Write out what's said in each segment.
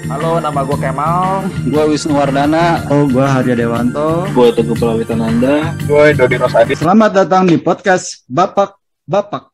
Halo, nama gue Kemal. Gue Wisnu Wardana. Gue Harya Dewanto. Gue Teguh Prawitananda. Gue Dodi Rosadi. Selamat datang di podcast Bapak.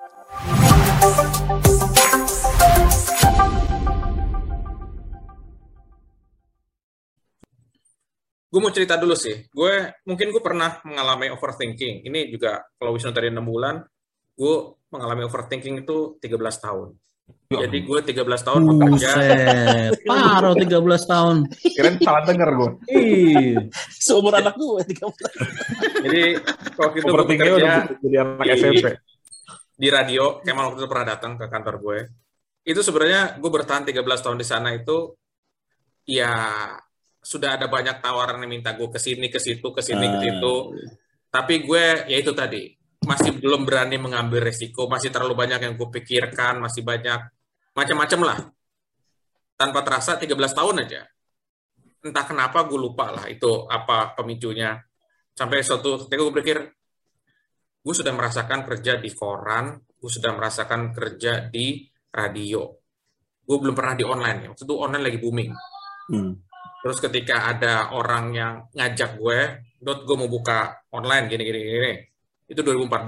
Gue mau cerita dulu sih. Mungkin gue pernah mengalami overthinking. Ini juga kalau Wisnu tadi 6 bulan, gue mengalami overthinking itu 13 tahun. Jadi gue 13 tahun bekerja. Parah 13 tahun. Kirain salah denger gue. Seumur anak gue 13. Jadi waktu itu gue Overthinkingnya bekerja udah jadi anak SMP. di radio. Kemal waktu itu pernah datang ke kantor gue. Itu sebenarnya gue bertahan 13 tahun di sana itu, ya sudah ada banyak tawaran yang minta gue ke sini, ke situ, ke sini, ke situ. Tapi gue, ya itu tadi, masih belum berani mengambil resiko, masih terlalu banyak yang gue pikirkan, masih banyak macam-macam lah. Tanpa terasa 13 tahun aja. Entah kenapa gue lupa lah itu apa pemicunya. Sampai suatu ketika gue berpikir, gue sudah merasakan kerja di koran, gue sudah merasakan kerja di radio. Gue belum pernah di online. Waktu itu online lagi booming. Terus ketika ada orang yang ngajak gue, gue mau buka online, gini. Itu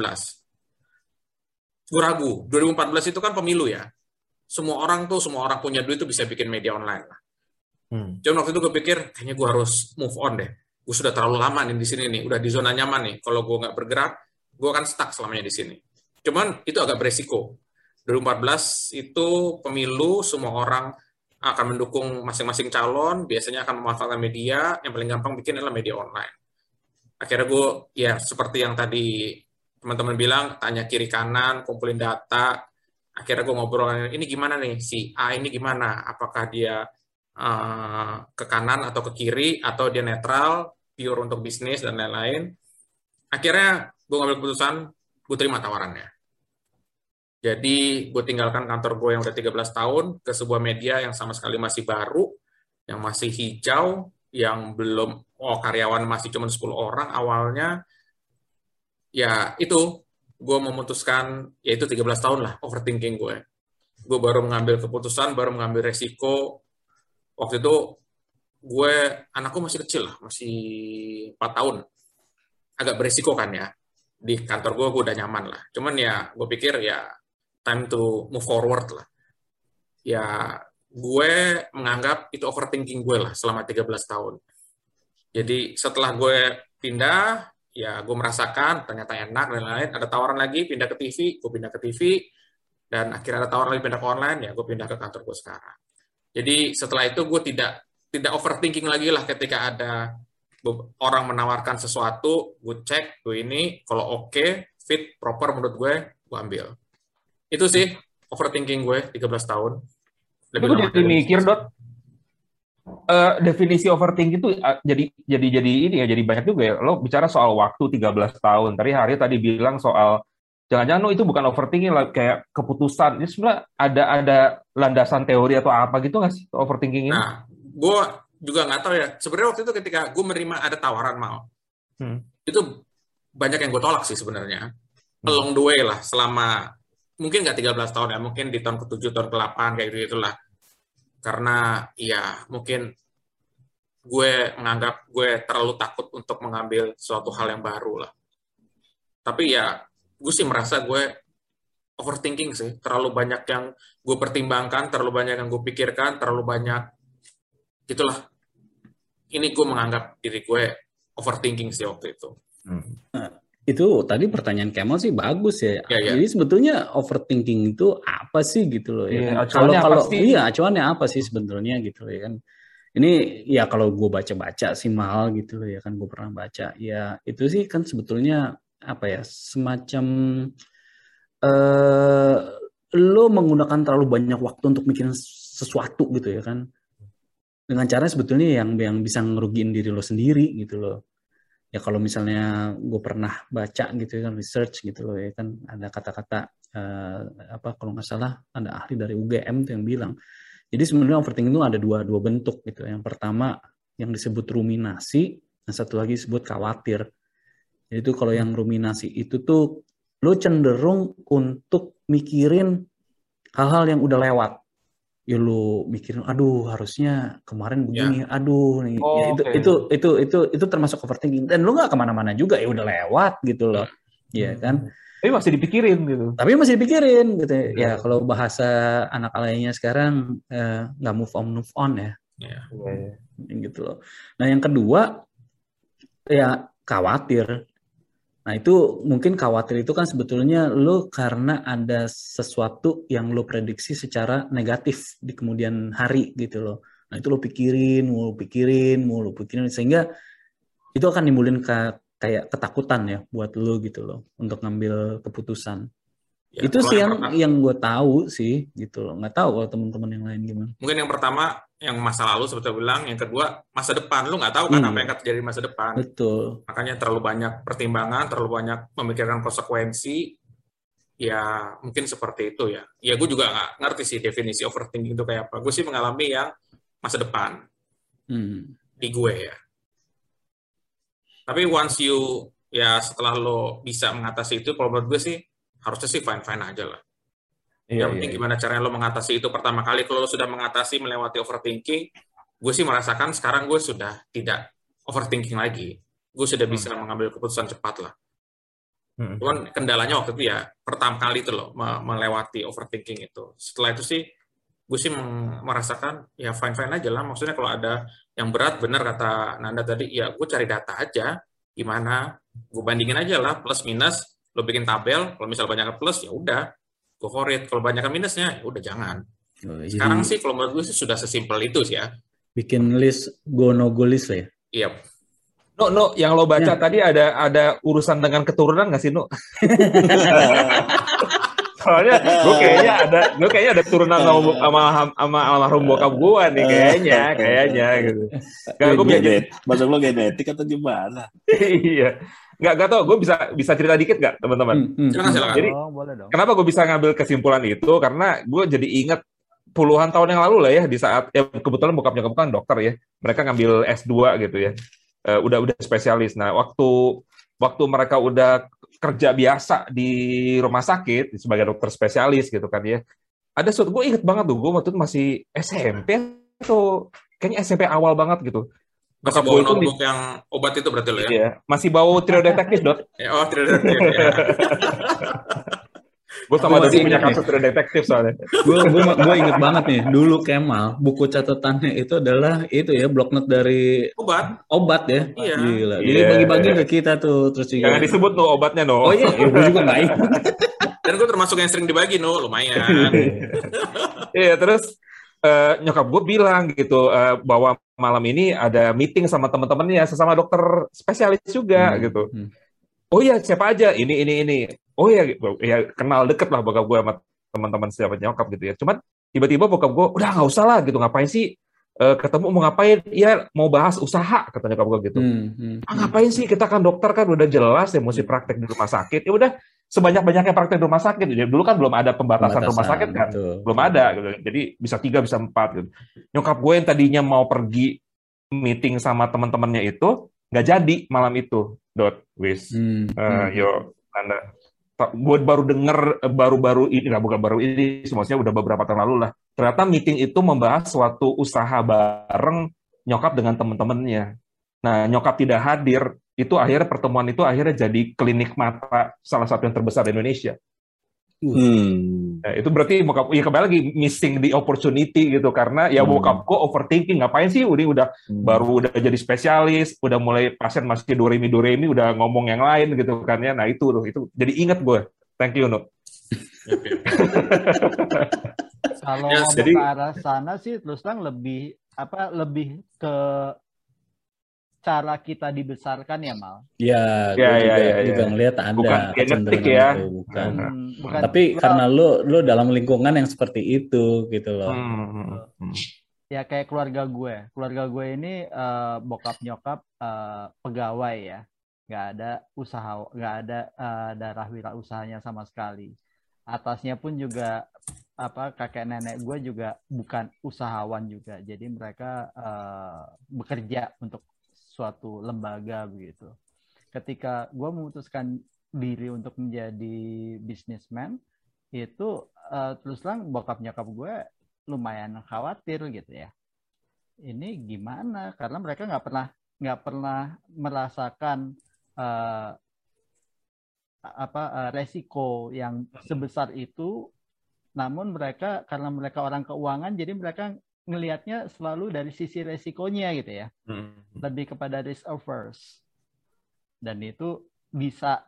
2014. Gue ragu. 2014 itu kan pemilu ya. Semua orang punya duit tuh bisa bikin media online lah. Cuman waktu itu gue pikir, kayaknya gue harus move on deh. Gue sudah terlalu lama nih di sini nih. Udah di zona nyaman nih. Kalau gue nggak bergerak, gue akan stuck selamanya di sini. Cuman itu agak beresiko. 2014 itu pemilu, semua orang akan mendukung masing-masing calon, biasanya akan memanfaatkan media, yang paling gampang bikin adalah media online. Akhirnya gue, ya seperti yang tadi teman-teman bilang, tanya kiri kanan, kumpulin data, akhirnya gue ngobrol, ini gimana nih, si A ini gimana, apakah dia ke kanan atau ke kiri, atau dia netral, pure untuk bisnis, dan lain-lain. Akhirnya gue ngambil keputusan, gue terima tawarannya. Jadi gue tinggalkan kantor gue yang udah 13 tahun ke sebuah media yang sama sekali masih baru, yang masih hijau, yang belum, karyawan masih cuma 10 orang awalnya. Ya itu, gue memutuskan, ya itu 13 tahun lah overthinking gue. Gue baru mengambil keputusan, baru mengambil resiko. Waktu itu anakku masih kecil lah, masih 4 tahun. Agak beresiko kan ya. Di kantor gue udah nyaman lah. Cuman ya gue pikir ya time to move forward lah. Ya, gue menganggap itu overthinking gue lah selama 13 tahun. Jadi setelah gue pindah, ya gue merasakan ternyata enak dan lain-lain. Ada tawaran lagi pindah ke TV, gue pindah ke TV. Dan akhirnya ada tawaran lagi pindah ke online, ya gue pindah ke kantor gue sekarang. Jadi setelah itu gue tidak overthinking lagi lah ketika ada orang menawarkan sesuatu, gue cek, gue ini, kalau oke, fit, proper menurut gue ambil. Itu sih overthinking gue 13 tahun. Tapi gue jadi mikir, Dot, definisi overthinking itu jadi ini ya, jadi banyak juga ya. Lo bicara soal waktu 13 tahun. Tadi bilang soal jangan-jangan itu bukan overthinking lah, kayak keputusan. Ini sebenarnya ada landasan teori atau apa gitu nggak sih overthinking ini? Nah, gue juga nggak tahu ya. Sebenarnya waktu itu ketika gue menerima ada tawaran itu banyak yang gue tolak sih sebenarnya. Along the way lah, selama mungkin nggak 13 tahun ya, mungkin di tahun ke-7, tahun ke-8, kayak gitu-gitulah. Karena ya mungkin gue menganggap gue terlalu takut untuk mengambil suatu hal yang baru lah. Tapi ya, gue sih merasa gue overthinking sih. Terlalu banyak yang gue pertimbangkan, terlalu banyak yang gue pikirkan, terlalu banyak, gitulah. Ini gue menganggap diri gue overthinking sih waktu itu. Itu tadi pertanyaan Kemal sih bagus ya. Ya. Jadi sebetulnya overthinking itu apa sih gitu loh ya. Acuannya acuannya apa sih sebetulnya gitu loh ya kan. Ini ya kalau gue baca-baca sih mahal gitu loh ya kan, gue pernah baca. Ya itu sih kan sebetulnya apa ya, semacam lo menggunakan terlalu banyak waktu untuk mikirin sesuatu gitu ya kan. Dengan cara sebetulnya yang bisa ngerugiin diri lo sendiri gitu loh. Ya kalau misalnya gue pernah baca gitu kan, research gitu loh ya kan, ada kata-kata kalau nggak salah ada ahli dari UGM tuh yang bilang, jadi sebenarnya overthinking itu ada dua bentuk gitu. Yang pertama yang disebut ruminasi, yang satu lagi disebut khawatir. Jadi itu kalau yang ruminasi itu tuh lo cenderung untuk mikirin hal-hal yang udah lewat. ya lu mikirin, aduh harusnya kemarin begini, aduh nih, ya itu termasuk overthinking, dan lu nggak kemana-mana juga, ya udah lewat gitu loh, ya kan? Tapi masih dipikirin gitu. Tapi masih dipikirin gitu ya. Kalau bahasa anak alaynya sekarang nggak move on ya. Gitu loh. Nah yang kedua ya khawatir. Nah itu mungkin khawatir itu kan sebetulnya lo karena ada sesuatu yang lo prediksi secara negatif di kemudian hari gitu loh. Nah itu lo pikirin sehingga itu akan nimbulin kayak ketakutan ya buat lo gitu loh untuk ngambil keputusan. Ya, itu sih yang gue tahu sih gitu loh. Nggak tahu kalau teman-teman yang lain gimana. Mungkin yang pertama yang masa lalu seperti bilang, yang kedua masa depan. Lu nggak tahu kan apa yang akan terjadi di masa depan. Betul. Makanya terlalu banyak pertimbangan, terlalu banyak memikirkan konsekuensi. Ya mungkin seperti itu ya. Ya gue juga nggak ngerti sih definisi overthinking itu kayak apa. Gue sih mengalami yang masa depan di gue ya. Tapi once you ya setelah lo bisa mengatasi itu, kalau menurut gue sih harusnya sih fine-fine aja lah. Yang penting gimana caranya lo mengatasi itu pertama kali. Kalau lo sudah mengatasi melewati overthinking, gue sih merasakan sekarang gue sudah tidak overthinking lagi. Gue sudah bisa mengambil keputusan cepat lah. Cuman kendalanya waktu itu ya pertama kali itu loh melewati overthinking itu. Setelah itu sih gue sih merasakan ya fine-fine aja lah. Maksudnya kalau ada yang berat, benar kata Nanda tadi, ya gue cari data aja. Gimana? Gue bandingin aja lah plus minus. Lo bikin tabel, kalau misal banyak plus ya udah go for it. Kalau banyak minusnya ya udah jangan. Sekarang sih kalau menurut gue sih sudah sesimpel itu sih ya. Bikin list go no go list lah ya. Iya. No, yang lo baca tadi ada urusan dengan keturunan nggak sih, No? Soalnya gue kayaknya ada turunan sama almarhum bokap gue nih kayaknya gitu. Gak gue belajar. Masuk lo genetik atau gimana? Iya. Nggak tau, gue bisa cerita dikit nggak teman-teman? Silakan. Jadi boleh dong. Kenapa gue bisa ngambil kesimpulan itu? Karena gue jadi ingat puluhan tahun yang lalu lah ya, di saat ya kebetulan bokap nyokap kan dokter ya, mereka ngambil S2 gitu ya, udah spesialis. Nah waktu mereka udah kerja biasa di rumah sakit sebagai dokter spesialis gitu kan ya, ada suatu gue inget banget tuh, gue waktu itu masih SMP atau kayaknya SMP awal banget gitu. Masih bawa notebook yang obat itu berarti lo ya? Iya, masih bawa trio detektif, Dot. Oh, trio detektif ya. Gue sama Dodi punya kasus trio detektif soalnya. Gue inget banget nih, dulu Kemal, buku catatannya itu adalah itu ya, bloknot dari obat ya. Iya. Gila. Jadi bagi-bagi ke kita tuh. Terus juga. Jangan disebut No obatnya, No. Oh iya, gue juga nggak ingat. Dan gue termasuk yang sering dibagi, No, lumayan. Iya, terus nyokap gue bilang gitu bahwa malam ini ada meeting sama teman-temannya sesama dokter spesialis juga gitu. Oh iya, siapa aja? Ini. Oh iya, ya kenal deket lah bokap gue sama teman-teman siapa nyokap gitu ya. Cuman tiba-tiba bokap gue udah nggak usah lah gitu, ngapain sih ketemu, mau ngapain? Iya mau bahas usaha kata nyokap gue gitu. Ngapain sih, kita kan dokter kan udah jelas ya mesti praktek di rumah sakit. Ya udah sebanyak-banyaknya praktek di rumah sakit. Jadi dulu kan belum ada pembatasan rumah sakit kan, belum ada gitu. Jadi bisa 3 bisa 4 gitu. Nyokap gue yang tadinya mau pergi meeting sama teman-temannya itu nggak jadi malam itu. Yo Anda, gue baru denger baru-baru ini, bukan baru ini, semuanya udah beberapa tahun lalu lah. Ternyata meeting itu membahas suatu usaha bareng nyokap dengan teman-temannya. Nah, nyokap tidak hadir, itu akhirnya pertemuan itu akhirnya jadi klinik mata salah satu yang terbesar di Indonesia. Nah, itu berarti bokap, ya kembali lagi missing the opportunity gitu, karena ya bokapku overthinking, ngapain sih udah baru udah jadi spesialis, udah mulai pasien masih doremi udah ngomong yang lain gitu kan ya. Nah itu jadi ingat gue. Thank you, No. Kalau ngomong ke arah sana sih terus terang lebih ke cara kita dibesarkan ya, Mal. Iya, juga ngelihat ada bukan genetik ya. Bukan. Tapi karena lu dalam lingkungan yang seperti itu gitu loh. Ya kayak keluarga gue ini bokap nyokap pegawai ya, nggak ada usaha, nggak ada darah wirausahanya sama sekali. Atasnya pun juga kakek nenek gue juga bukan usahawan juga, jadi mereka bekerja untuk suatu lembaga begitu. Ketika gue memutuskan diri untuk menjadi businessman, itu terus terang bokap nyokap gue lumayan khawatir gitu ya. Ini gimana? Karena mereka nggak pernah merasakan resiko yang sebesar itu. Namun karena mereka orang keuangan, jadi mereka ngelihatnya selalu dari sisi resikonya gitu ya. Lebih kepada risk averse. Dan itu bisa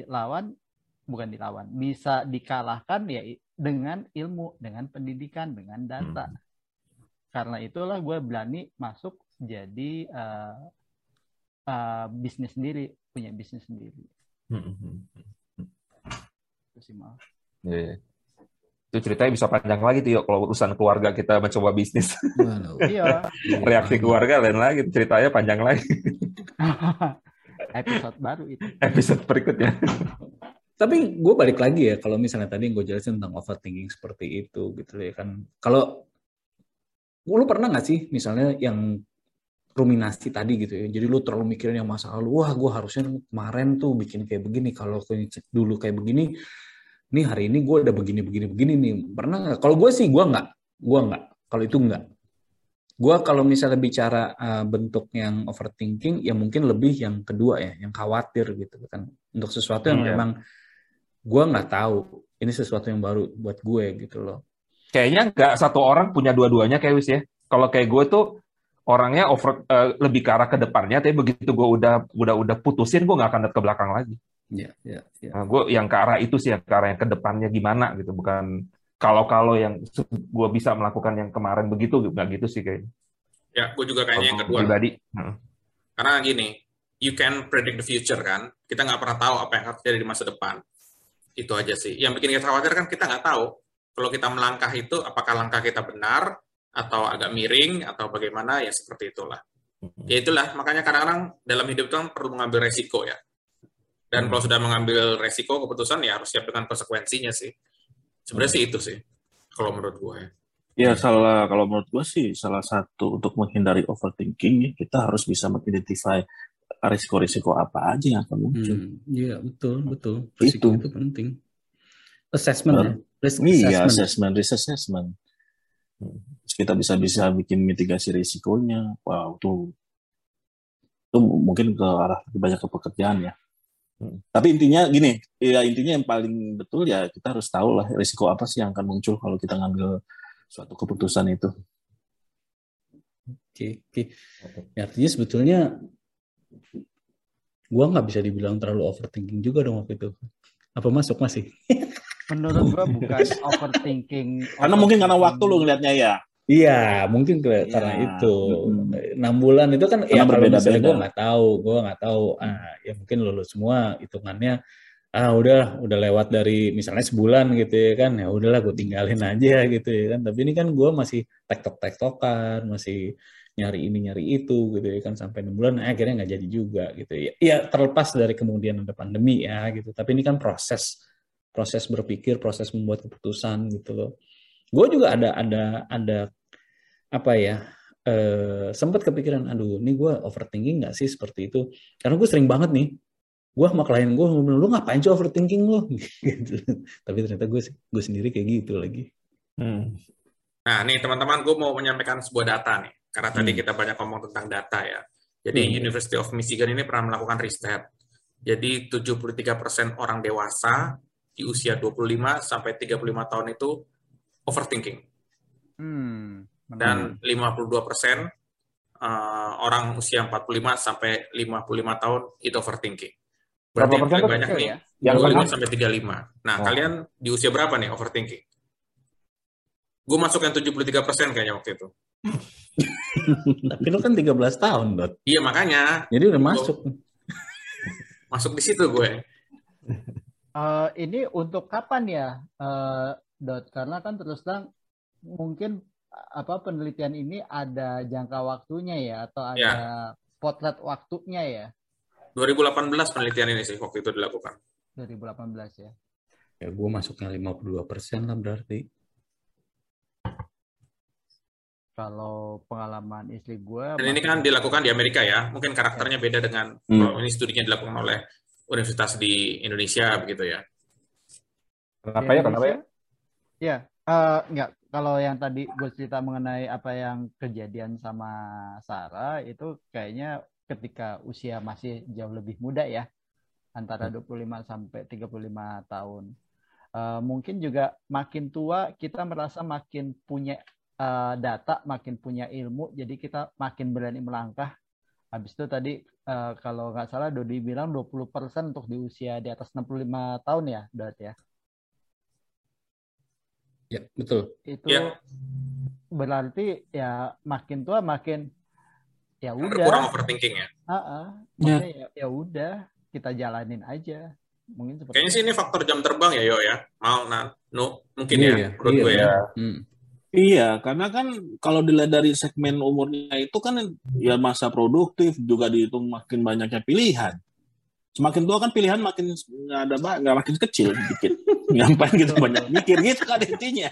bisa dikalahkan ya dengan ilmu, dengan pendidikan, dengan data. Karena itulah gue berani masuk jadi bisnis sendiri, punya bisnis sendiri. Itu sih maaf. Yeah. Itu ceritanya bisa panjang lagi tuh yuk kalau urusan keluarga kita mencoba bisnis. Iya. Reaksi keluarga lain lagi, ceritanya panjang lagi. Episode baru itu. Episode berikutnya. Tapi gue balik lagi ya, kalau misalnya tadi gue jelasin tentang overthinking seperti itu gitu ya kan. Kalau lu pernah nggak sih misalnya yang ruminasi tadi gitu ya, jadi lu terlalu mikirin yang masa lalu, wah gue harusnya kemarin tuh bikin kayak begini, kalau dulu kayak begini, nih hari ini gue udah begini nih. Pernah nggak? Kalau gue sih gue nggak. Kalau itu nggak. Gue kalau misalnya bicara bentuk yang overthinking, ya mungkin lebih yang kedua ya, yang khawatir gitu kan, untuk sesuatu yang memang gue nggak tahu, ini sesuatu yang baru buat gue gitu loh. Kayaknya nggak satu orang punya dua-duanya kayak Wis ya. Kalau kayak gue tuh orangnya lebih ke arah ke depannya, tapi begitu gue udah putusin, gue nggak akan lihat ke belakang lagi. Ya. Nah, gue yang ke arah itu sih, yang ke arah yang ke depannya gimana gitu, bukan kalau yang gue bisa melakukan yang kemarin begitu, nggak gitu sih kayaknya. Ya, gue juga kayaknya yang kedua. Pribadi. Karena gini, you can predict the future kan, kita nggak pernah tahu apa yang akan terjadi di masa depan. Itu aja sih. Yang bikin kita khawatir kan kita nggak tahu kalau kita melangkah itu apakah langkah kita benar atau agak miring atau bagaimana, ya seperti itulah. Ya itulah, makanya kadang-kadang dalam hidup itu kan perlu mengambil resiko ya. Dan kalau sudah mengambil resiko keputusan ya harus siap dengan konsekuensinya sih. Sebenarnya sih itu sih kalau menurut gue. Ya kalau menurut gue sih salah satu untuk menghindari overthinking ya, kita harus bisa mengidentify risiko-risiko apa aja yang akan muncul. Iya betul. Risiko itu penting. Assessment Risk assessment. Kita bisa bikin mitigasi risikonya. Wow, itu mungkin ke arah lebih banyak ke pekerjaan ya. Tapi intinya gini, ya intinya yang paling betul ya kita harus tahu lah risiko apa sih yang akan muncul kalau kita ngambil suatu keputusan itu. Oke. Ya, artinya sebetulnya gua nggak bisa dibilang terlalu overthinking juga dong waktu itu. Apa masih? Menurut gua bukan overthinking. Karena mungkin karena waktu lu ngelihatnya ya. Iya, mungkin karena itu 6 bulan itu kan ya kalau misalnya gue nggak tahu, ya mungkin lulus semua hitungannya, udah lewat dari misalnya sebulan gitu ya kan, ya udahlah gue tinggalin aja gitu ya kan. Tapi ini kan gue masih tektokan, masih nyari ini nyari itu gitu ya kan, sampai 6 bulan akhirnya nggak jadi juga gitu ya. Ya terlepas dari kemudian ada pandemi ya gitu. Tapi ini kan proses berpikir, proses membuat keputusan gitu loh. Gue juga ada apa ya, sempat kepikiran, aduh ini gue overthinking nggak sih seperti itu, karena gue sering banget nih, gue sama klien gue ngomong, lu ngapain sih overthinking lu gitu. Tapi ternyata gue sendiri kayak gitu lagi. Nah nih teman-teman, gue mau menyampaikan sebuah data nih, karena tadi kita banyak ngomong tentang data ya. Jadi University of Michigan ini pernah melakukan riset. Jadi 73% orang dewasa di usia 25 sampai 35 tahun itu overthinking. Dan 52% orang usia 45 sampai 55 tahun itu overthinking. Berarti yang paling banyak nih, 25 sampai 35. Nah, kalian di usia berapa nih overthinking? Gue masuk yang 73% kayaknya waktu itu. Tapi lu kan 13 tahun, Dot. Iya, makanya. Jadi udah masuk. Masuk di situ gue. Ini untuk kapan ya, Dot? Karena kan terus terang mungkin penelitian ini ada jangka waktunya ya, atau ada potret waktunya ya. 2018 penelitian ini sih waktu itu dilakukan. 2018 ya. Ya gue masuknya 52% lah berarti. Kalau pengalaman istri gue. Dan ini kan dilakukan di Amerika ya, mungkin karakternya beda dengan kalau ini studinya dilakukan oleh universitas di Indonesia begitu ya. Kenapa ya? Ya, enggak. kalau yang tadi gue cerita mengenai apa yang kejadian sama Sarah itu kayaknya ketika usia masih jauh lebih muda ya, antara 25 sampai 35 tahun. Mungkin juga makin tua kita merasa makin punya data, makin punya ilmu, jadi kita makin berani melangkah. Habis itu tadi kalau nggak salah Dodi bilang 20% untuk di usia di atas 65 tahun ya, Dot ya. Ya, betul. Itu Ya. berarti ya makin tua makin ya udah. Kurang overthinking ya. Maksudnya ya udah kita jalanin aja. Mungkin seperti Kayaknya sih ini faktor jam terbang ya, Yo ya. Mungkin Iya, ya, menurut gue ya. Iya, karena kan kalau dilihat dari segmen umurnya itu kan ya masa produktif juga dihitung makin banyaknya pilihan. Semakin tua kan pilihan makin nggak makin kecil dikit. Ngapain gitu banyak mikir gitu kan intinya.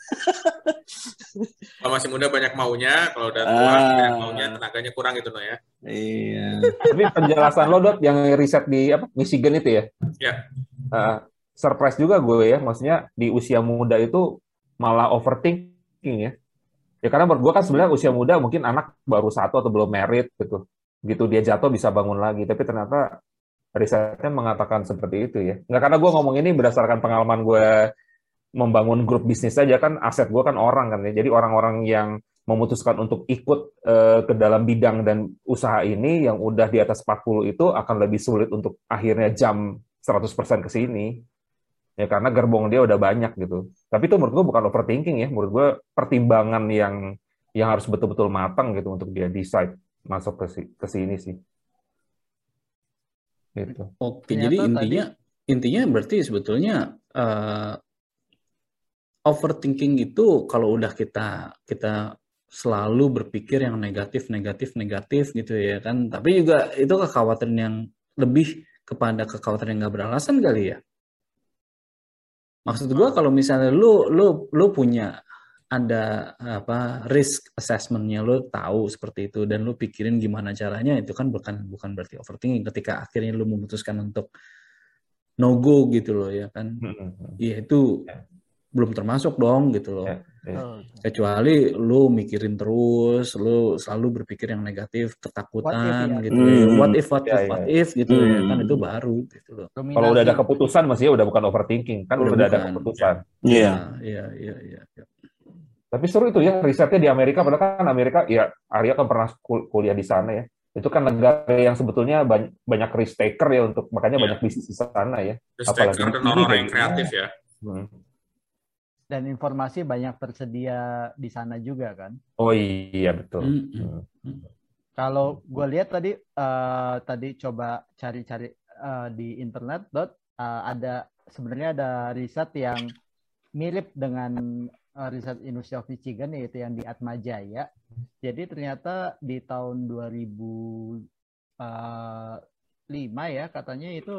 Kalau masih muda banyak maunya, kalau udah tua banyak maunya, tenaganya kurang gitu no ya. Iya. Tapi penjelasan lo Dot yang riset di Michigan itu ya. Ya. Surprise juga gue ya, maksudnya di usia muda itu malah overthinking ya. Ya karena menurut gue kan sebenarnya usia muda mungkin anak baru 1 atau belum married gitu. Gitu dia jatuh bisa bangun lagi, tapi ternyata risetnya mengatakan seperti itu ya. Nggak karena gue ngomong ini berdasarkan pengalaman gue membangun grup bisnis saja, kan aset gue kan orang kan ya. Jadi orang-orang yang memutuskan untuk ikut ke dalam bidang dan usaha ini yang udah di atas 40 itu akan lebih sulit untuk akhirnya jam 100% ke sini. Ya karena gerbong dia udah banyak gitu. Tapi itu menurut gue bukan overthinking ya. Menurut gue pertimbangan yang harus betul-betul matang gitu untuk dia decide masuk ke sini sih. Gitu. Oke, jadi intinya berarti sebetulnya overthinking itu kalau udah kita selalu berpikir yang negatif gitu ya kan. Tapi juga itu kekhawatiran yang lebih kepada kekhawatiran yang nggak beralasan kali ya. Maksud gue kalau misalnya lu punya ada risk assessment-nya, lu tahu seperti itu dan lu pikirin gimana caranya, itu kan bukan berarti overthinking ketika akhirnya lu memutuskan untuk no go gitu loh ya kan. Iya itu belum termasuk dong gitu loh. Kecuali lu mikirin terus, lu selalu berpikir yang negatif, ketakutan gitu. What if gitu ya kan, itu baru gitu loh. Kalau udah ada keputusan maksudnya udah bukan overthinking, kan udah ada keputusan. Iya. Tapi seru itu ya risetnya di Amerika, padahal kan Amerika ya Arya kan pernah kuliah di sana ya. Itu kan negara yang sebetulnya banyak risk taker ya, untuk makanya banyak bisnis di sana ya. Risk taker dan orang-orang yang kreatif ya. Dan informasi banyak tersedia di sana juga kan. Oh iya betul. Kalau gue lihat tadi coba cari-cari di internet, sebenarnya ada riset yang mirip dengan riset University of Michigan, yaitu yang di Atmajaya. Jadi ternyata di tahun 2005 ya katanya itu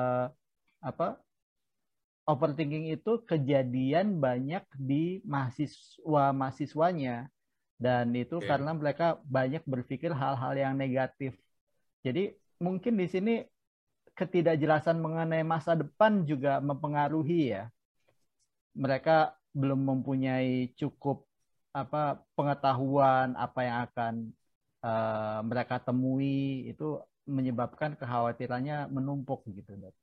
overthinking itu kejadian banyak di mahasiswanya, dan itu karena mereka banyak berpikir hal-hal yang negatif. Jadi mungkin di sini ketidakjelasan mengenai masa depan juga mempengaruhi ya. Mereka belum mempunyai cukup pengetahuan apa yang akan mereka temui, itu menyebabkan kekhawatirannya menumpuk gitu, Dok.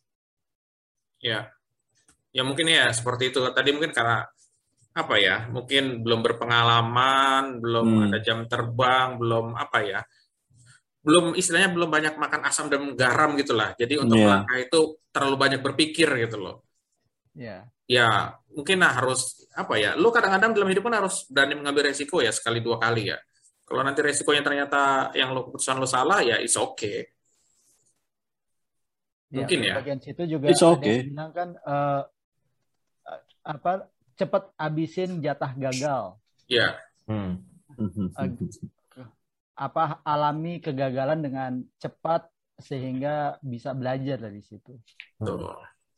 Ya mungkin ya seperti itu. Tadi mungkin karena mungkin belum berpengalaman, belum ada jam terbang, belum istilahnya belum banyak makan asam dan garam gitulah. Jadi untuk melangkah itu terlalu banyak berpikir gitu loh. Ya mungkin harus lu kadang-kadang dalam hidup kan harus berani mengambil resiko ya, sekali 2 kali ya. Kalau nanti resikonya ternyata keputusan lo salah ya it's okay. Mungkin ya. Bagian situ juga ada yang bilang kan cepat abisin jatah gagal. Iya. Alami kegagalan dengan cepat sehingga bisa belajar dari situ. Betul.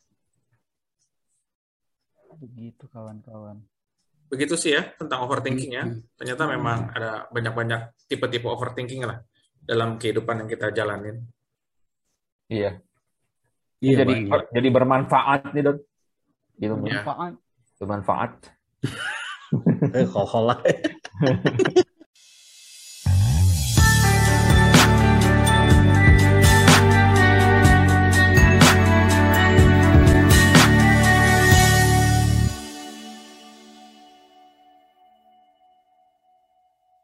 Begitu kawan-kawan. Begitu sih ya tentang overthinking ya. Ternyata memang ada banyak-banyak tipe-tipe overthinking lah dalam kehidupan yang kita jalanin. Iya. Jadi bermanfaat nih, Don. Bermanfaat. Bermanfaat. Kol lah.